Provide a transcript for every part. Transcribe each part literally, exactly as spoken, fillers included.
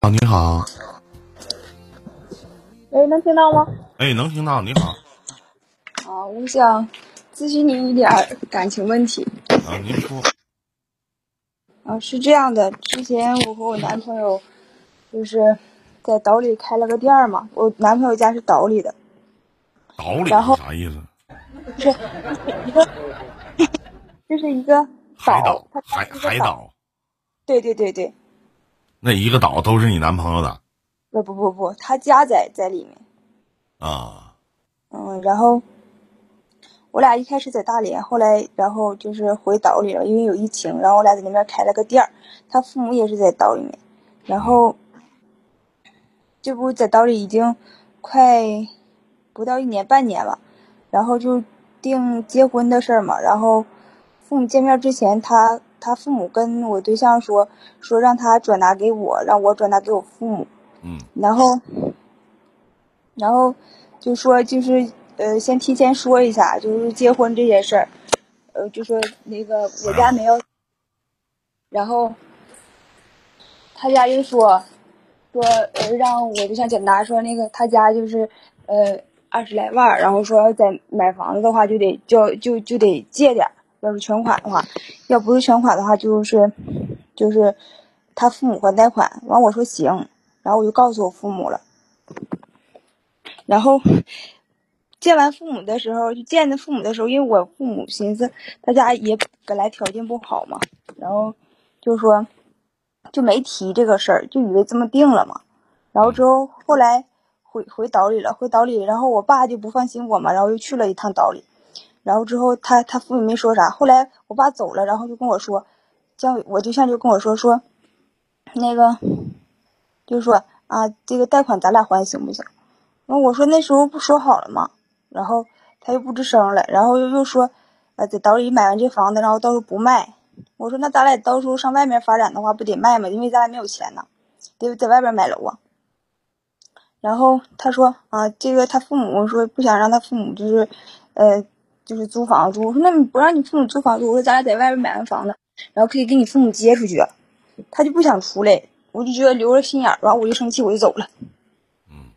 啊，你好。 哎，能听到吗？ 哎，能听到。你好。 啊，我想咨询您一点感情问题。 啊，您说。 啊，是这样的，之前我和我男朋友就是在岛里开了个店儿嘛，我男朋友家是岛里的。 岛里是然后啥意思？ 是一个，这是一个岛， 海岛， 它家海是一个岛。 海岛。 对对对对。 那一个岛都是你男朋友的？ 不不不不，他家在在里面。 啊。 嗯，然后我俩一开始在大连，后来然后就是回岛里了，因为有疫情，然后我俩在那边开了个店儿，他父母也是在岛里面，然后这不在岛里已经快不到一年半年了，然后就定结婚的事儿嘛，然后父母见面之前，他他父母跟我对象说说让他转达给我，让我转达给我父母。 嗯。 然后然后就说就是呃先提前说一下，就是结婚这件事儿，呃就说那个我家没有，然后他家就说说呃让我对象简单说那个他家就是呃二十来万，然后说要再买房子的话就得就就就得借点，要是全款的话，要不是全款的话就是就是他父母还贷款。完我说行，然后我就告诉我父母了，然后见完父母的时候，就见着父母的时候，因为我父母寻思他家也本来条件不好嘛，然后就说就没提这个事儿，就以为这么定了嘛。然后之后后来回回岛里了，回岛里，然后我爸就不放心我嘛，然后又去了一趟岛里。然后之后他他父母没说啥，后来我爸走了，然后就跟我说，叫我对象就跟我说说那个就说啊这个贷款咱俩还行不行？然后我说那时候不说好了吗？然后他又不吱声了，然后又又说，呃，在岛里买完这房子，然后到时候不卖。我说那咱俩到时候上外面发展的话，不得卖吗？因为咱俩没有钱呢，得在外边买楼啊。然后他说啊，这个他父母说不想让他父母就是，呃，就是租房住。我说那你不让你父母租房住，我说咱俩在外边买完房子，然后可以给你父母接出去。他就不想出来，我就觉得留着心眼儿，然后我就生气，我就走了。 嗯。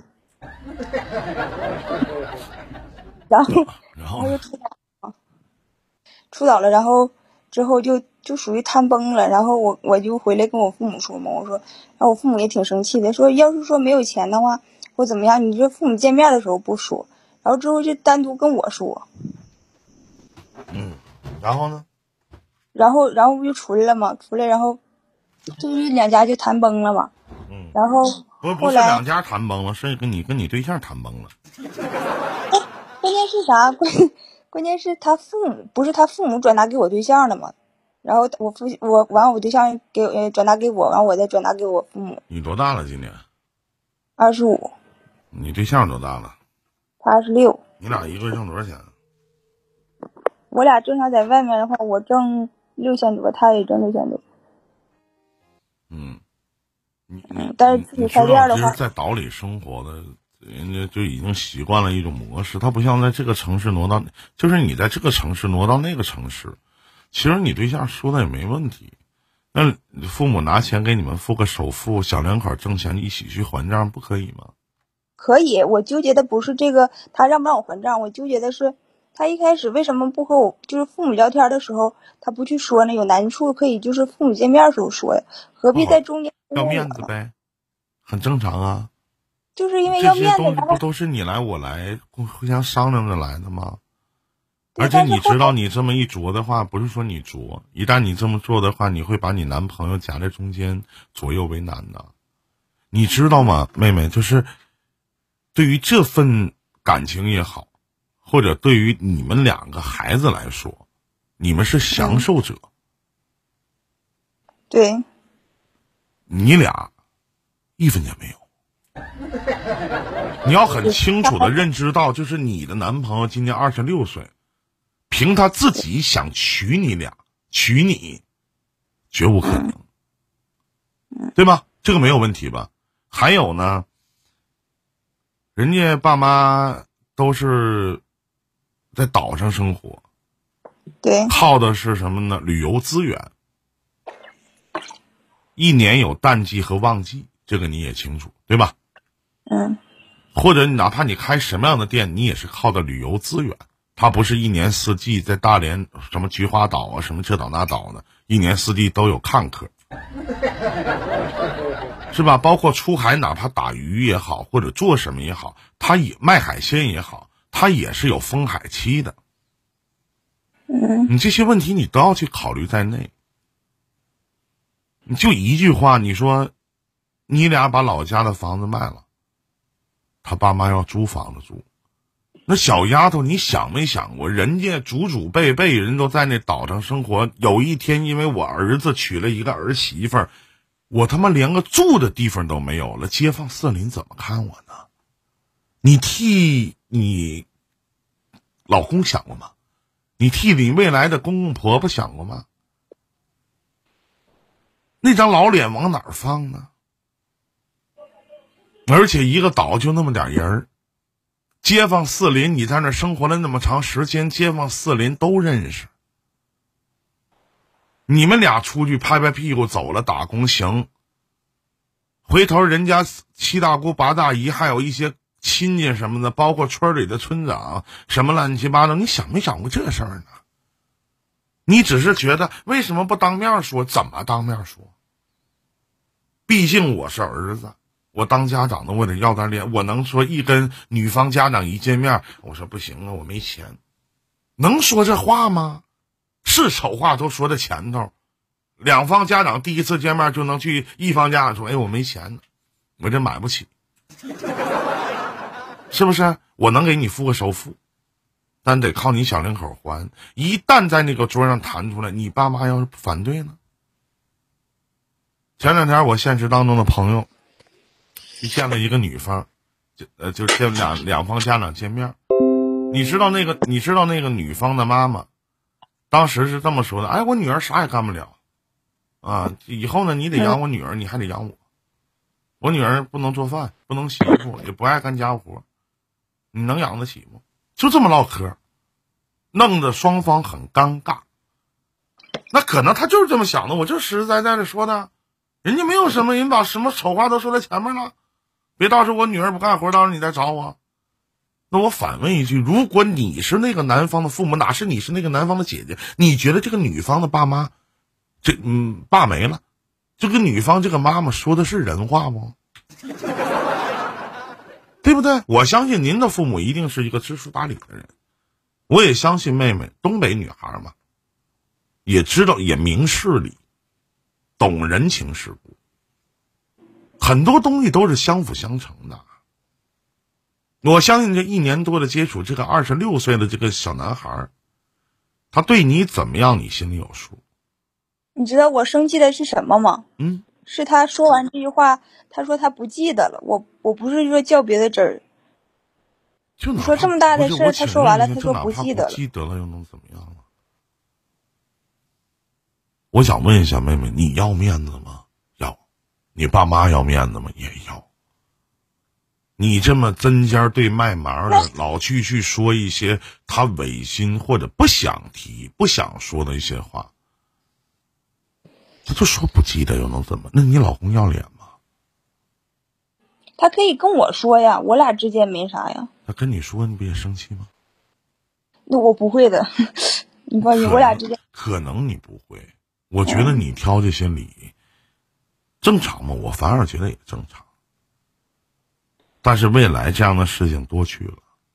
然后然后呢？ 然后就出岛，出岛了，然后之后就就属于摊崩了。然后我我就回来跟我父母说嘛，我说，然后我父母也挺生气的，说要是说没有钱的话或怎么样，你这父母见面的时候不说，然后之后就单独跟我说。 嗯。然后呢？ 然后然后不就出来了嘛，出来然后就是两家就谈崩了嘛。 嗯。 然后不不后来是两家谈崩了，是跟你跟你对象谈崩了。 关键是啥？关关键是他父母不是他父母转达给我对象的嘛，然后我父我完我对象给呃转达给我，完我再转达给我父母。 你多大了今年？ 二十五， 你对象多大了？ 他二十六。 你俩一个月挣多少钱？ 我俩正常在外面的话，我挣六千多，他也挣六千多。 嗯。你你嗯，但是你自己你知道， 开店的话， 其实，在岛里生活的人家就已经习惯了一种模式，他不像在这个城市挪到，就是你在这个城市挪到那个城市，其实你对象说的也没问题。那父母拿钱给你们付个首付，小两口挣钱一起去还账，不可以吗？ 可以。我纠结的不是这个他让不让我还账，我纠结的是他一开始为什么不和我就是父母聊天的时候他不去说呢？有难处可以就是父母见面的时候说呀，何必在中间要问我呢？ 面子呗，很正常啊。 就是因为这要面子， 些东西不然后都是你来我来互互相商量着来的吗？而对， 且你知道， 但是后来你这么一琢的话，不是说你琢，一旦你这么做的话，你会把你男朋友夹在中间，左右为难的。你知道吗，妹妹？就是对于这份感情也好，或者对于你们两个孩子来说，你们是享受者。嗯、 对， 你俩一分钱没有。你要很清楚的认知到，就是你的男朋友今年二十六岁。凭他自己想娶你俩，娶你，绝无可能，对吧？这个没有问题吧？还有呢，人家爸妈都是在岛上生活， 对， 靠的是什么呢？旅游资源，一年有淡季和旺季。 这个你也清楚，对吧？ 嗯。 或者哪怕你开什么样的店，你也是靠的旅游资源，它不是一年四季在大连什么菊花岛啊，什么这岛那岛的，一年四季都有看客，是吧？包括出海，哪怕打鱼也好，或者做什么也好，它也卖海鲜也好，它也是有封海期的。 嗯， 你这些问题你都要去考虑在内。你就一句话，你说你俩把老家的房子卖了，他爸妈要租房子住，那小丫头你想没想过，人家祖祖辈辈人都在那岛上生活，有一天因为我儿子娶了一个儿媳妇儿，我他妈连个住的地方都没有了，街坊四邻怎么看我呢？你替你老公想过吗？你替你未来的公公婆婆想过吗？那张老脸往哪儿放呢？而且一个岛就那么点人，街坊四邻，你在那生活了那么长时间，街坊四邻都认识。你们俩出去拍拍屁股走了打工行，回头人家七大姑八大姨还有一些亲戚什么的，包括村里的村长什么乱七八糟，你想没想过这事儿呢？你只是觉得为什么不当面说？怎么当面说？毕竟我是儿子，我当家长的我得要点脸，我能说一跟女方家长一见面，我说不行啊，我没钱，能说这话吗？是丑话都说在前头，两方家长第一次见面就能去一方家长说，哎，我没钱呢，我这买不起，是不是？我能给你付个首付，但得靠你小两口还。一旦在那个桌上谈出来，你爸妈要是反对呢？前两天我现实当中的朋友去见了一个女方，就呃就见两两方家长见面。你知道那个你知道那个女方的妈妈当时是这么说的，哎，我女儿啥也干不了啊，以后呢你得养我女儿，你还得养我。我女儿不能做饭，不能洗衣服，也不爱干家活，你能养得起吗？就这么唠嗑，弄得双方很尴尬。那可能他就是这么想的，我就实实在在的说的。人家没有什么，人把什么丑话都说在前面了，别到时候我女儿不干活，到时候你再找我。那我反问一句，如果你是那个男方的父母，哪是你是那个男方的姐姐，你觉得这个女方的爸妈，这嗯爸没了，这个女方这个妈妈说的是人话不？对不对？我相信您的父母一定是一个知书达理的人，我也相信妹妹东北女孩嘛，也知道也明事理，懂人情世故，很多东西都是相辅相成的。我相信这一年多的接触，这个二十六岁的这个小男孩，他对你怎么样，你心里有数。 你知道我生气的是什么吗？ 嗯， 是他说完这句话，他说他不记得了。我我不是说较别的真儿， 就你说这么大的事，他说完了，他说不记得了， 记得了又能怎么样呢？我想问一下妹妹，你要面子吗？要。你爸妈要面子吗？也要。你这么针尖对麦芒的，老去去说一些他违心或者不想提、不想说的一些话，他就说不记得又能怎么？那你老公要脸吗？ 他可以跟我说呀，我俩之间没啥呀。 他跟你说，你不也生气吗？ 那我不会的，你放心，我俩之间可能你不会。我觉得你挑这些理、嗯、正常吗？我反而觉得也正常。但是未来这样的事情多去了。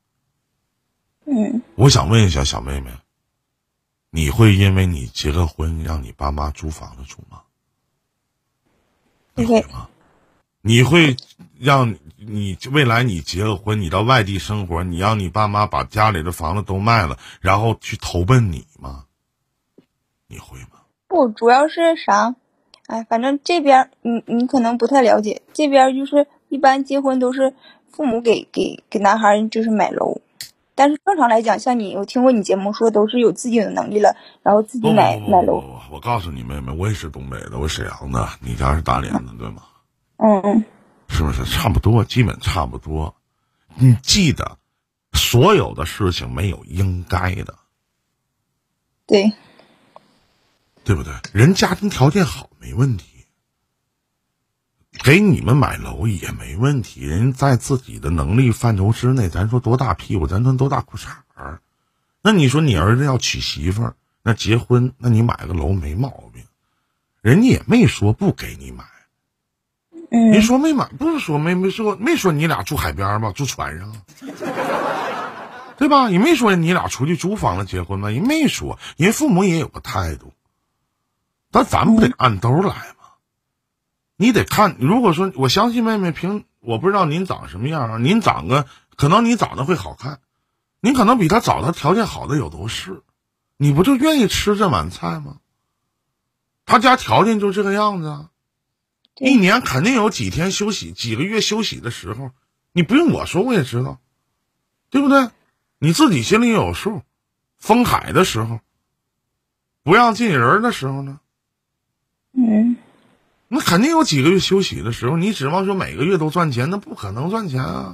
嗯， 我想问一下小妹妹，你会因为你结个婚让你爸妈租房子住吗？ 不会吗？你会让你未来你结个婚，你到外地生活，你让你爸妈把家里的房子都卖了，然后去投奔你吗？你会吗？ 不，主要是啥？哎，反正这边你你可能不太了解，这边就是一般结婚都是父母给给给男孩就是买楼，但是正常来讲，像你我听过你节目说都是有自己的能力了，然后自己买不不不不买楼。 我告诉你妹妹，我也是东北的，我沈阳的，你家是大连的，对吗？ 嗯嗯， 是不是差不多？基本差不多。你记得，所有的事情没有应该的， 对， 对不对？人家庭条件好没问题， 给你们买楼也没问题，人在自己的能力范畴之内，咱说多大屁股，咱说多大裤衩儿。那你说你儿子要娶媳妇儿，那结婚，那你买个楼没毛病，人家也没说不给你买。 嗯， 你说没买，不是说没没说没说你俩住海边吧，住船上，对吧？也没说你俩出去租房子结婚吧，也没说，人父母也有个态度。但咱不得按兜来吗？你得看，如果说我相信妹妹平，我不知道您长什么样啊，您长个可能你长得会好看，您可能比他找的条件好的有都是，你不就愿意吃这碗菜吗？他家条件就这个样子啊，一年肯定有几天休息，几个月休息的时候，你不用我说我也知道，对不对？你自己心里有数。封海的时候，不让进人的时候呢， 嗯， 那肯定有几个月休息的时候，你指望说每个月都赚钱，那不可能赚钱啊。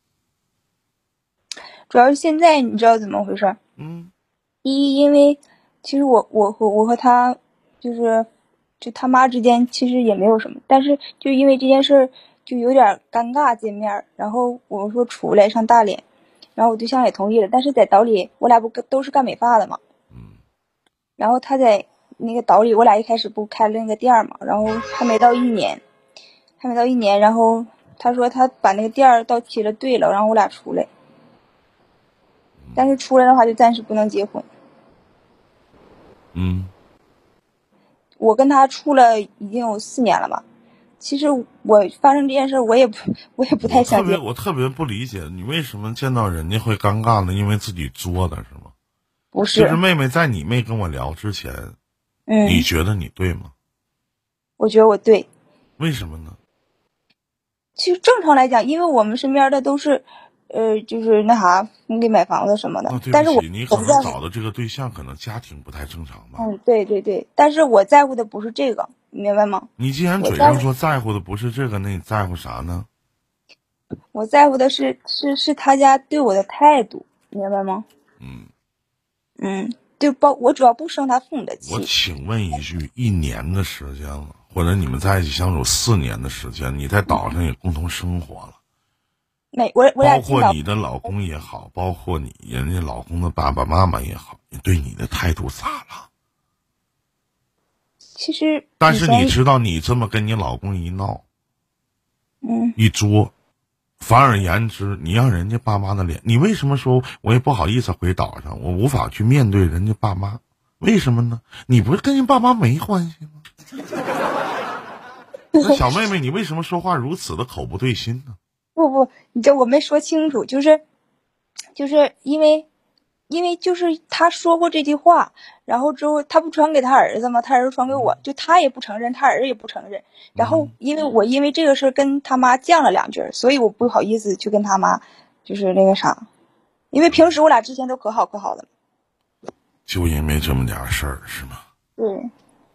主要是现在你知道怎么回事？ 嗯， 一因为其实我我和我和他就是就他妈之间其实也没有什么，但是就因为这件事就有点尴尬见面，然后我说出来上大连，然后我对象也同意了，但是在岛里我俩不都是干美发的嘛， 嗯， 然后他在那个岛里，我俩一开始不开了那个店嘛，然后还没到一年，还没到一年，然后他说他把那个店到期了，对了，然后我俩出来，但是出来的话就暂时不能结婚。 嗯， 我跟他处了已经有四年了吧。其实我发生这件事，我也不，我也不太想结。 我特别，我特别不理解你为什么见到人家会尴尬呢？因为自己作的是吗？ 不是， 就是妹妹在你没跟我聊之前， 嗯， 你觉得你对吗？ 我觉得我对。 为什么呢？ 其实正常来讲，因为我们身边的都是，呃，就是那啥，你给买房子什么的。 啊，对但是我不起，你可能找的这个对象可能家庭不太正常吧。 嗯，对对对，但是我在乎的不是这个，你明白吗？ 你既然嘴上说在乎的不是这个，那你在乎啥呢？ 我在乎的是是是他家对我的态度，明白吗？ 嗯嗯，就包我主要不生他父母的气。 我请问一句，一年的时间了，或者你们在一起相处四年的时间，你在岛上也共同生活了， 没我我俩包括你的老公也好，包括你人家老公的爸爸妈妈也好，你对你的态度咋了？ 其实， 但是你知道，你这么跟你老公一闹， 嗯， 一作，反而言之，你让人家爸妈的脸，你为什么说我也不好意思回岛上，我无法去面对人家爸妈？为什么呢？你不是跟人爸妈没关系吗？那小妹妹，你为什么说话如此的口不对心呢？ 不不，你这我没说清楚，就是就是因为因为就是他说过这句话，然后之后他不传给他儿子吗？他儿子传给我，就他也不承认，他儿子也不承认。然后因为我因为这个事跟他妈犟了两句，所以我不好意思去跟他妈就是那个啥，因为平时我俩之前都可好可好的。 就因为这么点事儿是吗？ 对。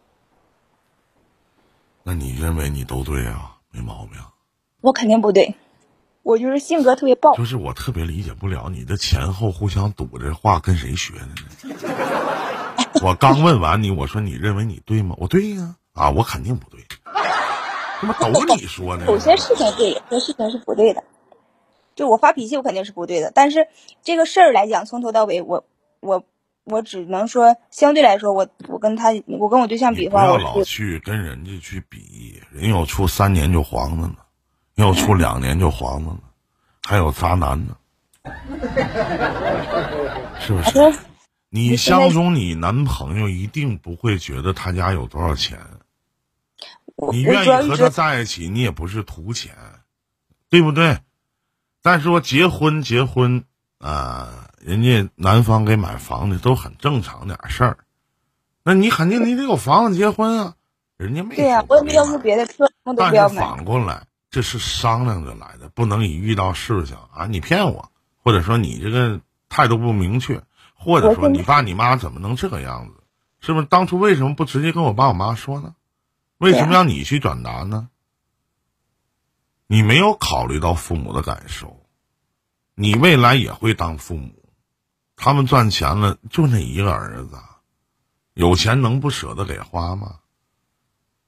那你认为你都对啊，没毛病。 我肯定不对，我就是性格特别暴。 就是我特别理解不了你的前后互相堵这话跟谁学的呢？我刚问完你，我说你认为你对吗？我对呀，啊，我肯定不对。怎么都你说呢？ 有些事情对，有些事情是不对的。就我发脾气，我肯定是不对的。但是这个事儿来讲，从头到尾，我我我只能说，相对来说，我我跟他，我跟我对象比的话， 不要老去跟人家去比，人有处三年就黄的呢，有处两年就黄的呢，还有渣男呢，是不是？你相中你男朋友一定不会觉得他家有多少钱，你愿意和他在一起，你也不是图钱，对不对？再说结婚结婚啊、呃，人家男方给买房子都很正常点事儿，那你肯定你得有房子结婚啊，人家没对呀、啊，我也没要求别的车，我都不要买。 但是反过来，这是商量着来的，不能一遇到事情啊，你骗我，或者说你这个态度不明确，或者说你爸你妈怎么能这个样子？是不是当初为什么不直接跟我爸我妈说呢？为什么让你去转达呢？你没有考虑到父母的感受，你未来也会当父母，他们赚钱了就那一个儿子，有钱能不舍得给花吗？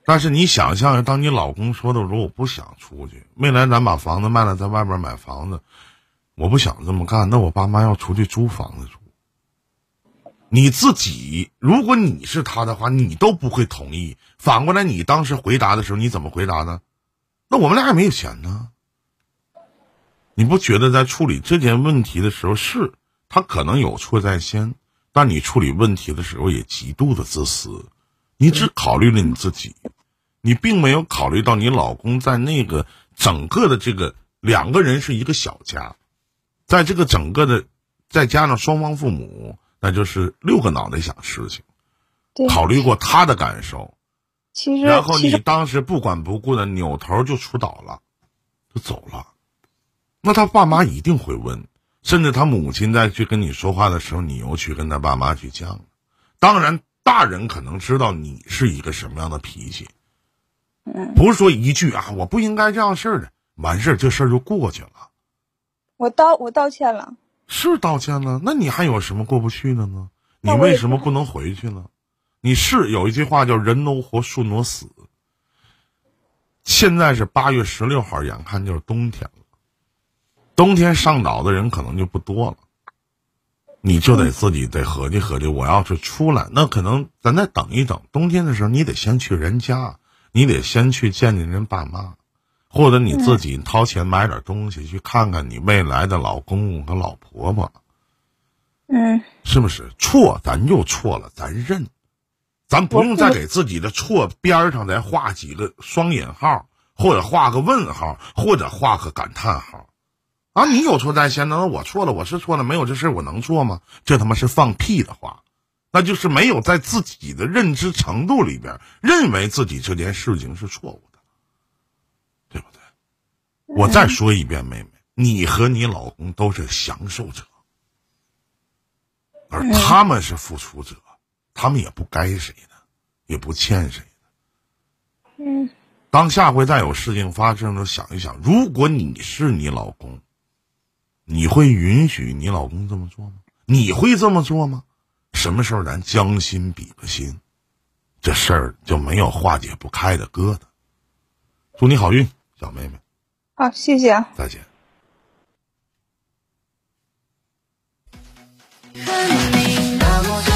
但是你想象，当你老公说的时候，我不想出去，未来咱把房子卖了，在外边买房子，我不想这么干，那我爸妈要出去租房子住。你自己，如果你是他的话，你都不会同意。反过来，你当时回答的时候，你怎么回答的？那我们俩也没有钱呢。你不觉得在处理这件问题的时候，是他可能有错在先，但你处理问题的时候也极度的自私，你只考虑了你自己，你并没有考虑到你老公在那个整个的这个两个人是一个小家，在这个整个的再加上双方父母，那就是六个脑袋想事情，考虑过他的感受， 其实然后你其实当时不管不顾的扭头就出岛了，就走了。那他爸妈一定会问，甚至他母亲在去跟你说话的时候，你又去跟他爸妈去犟。当然大人可能知道你是一个什么样的脾气，不是说一句啊我不应该这样事儿的，完事儿这事儿就过去了。 我道我道歉了， 是道歉了，那你还有什么过不去的呢？你那我也为什么不能回去呢？你是有一句话叫人挪活树挪死，现在是八月十六号，眼看就是冬天了，冬天上岛的人可能就不多了，你就得自己得合计合计，我要是出来，那可能咱再等一等，冬天的时候你得先去人家，你得先去见见人爸妈，或者你自己掏钱买点东西去看看你未来的老公公和老婆婆。 嗯， 是不是错咱又错了，咱认，咱不用再给自己的错边上再画几个双引号，或者画个问号，或者画个感叹号啊！你有错在先，那我错了，我是错了，没有这事我能做吗？这他妈是放屁的话，那就是没有在自己的认知程度里边认为自己这件事情是错误的，对不对？我再说一遍，妹妹，你和你老公都是享受者，而他们是付出者，他们也不该谁的，也不欠谁的。 嗯， 当下回再有事情发生的时候，想一想，如果你是你老公，你会允许你老公这么做吗？你会这么做吗？什么时候咱将心比个心，这事儿就没有化解不开的疙瘩。祝你好运，小妹妹。 好，谢谢啊。 再见。 和你那么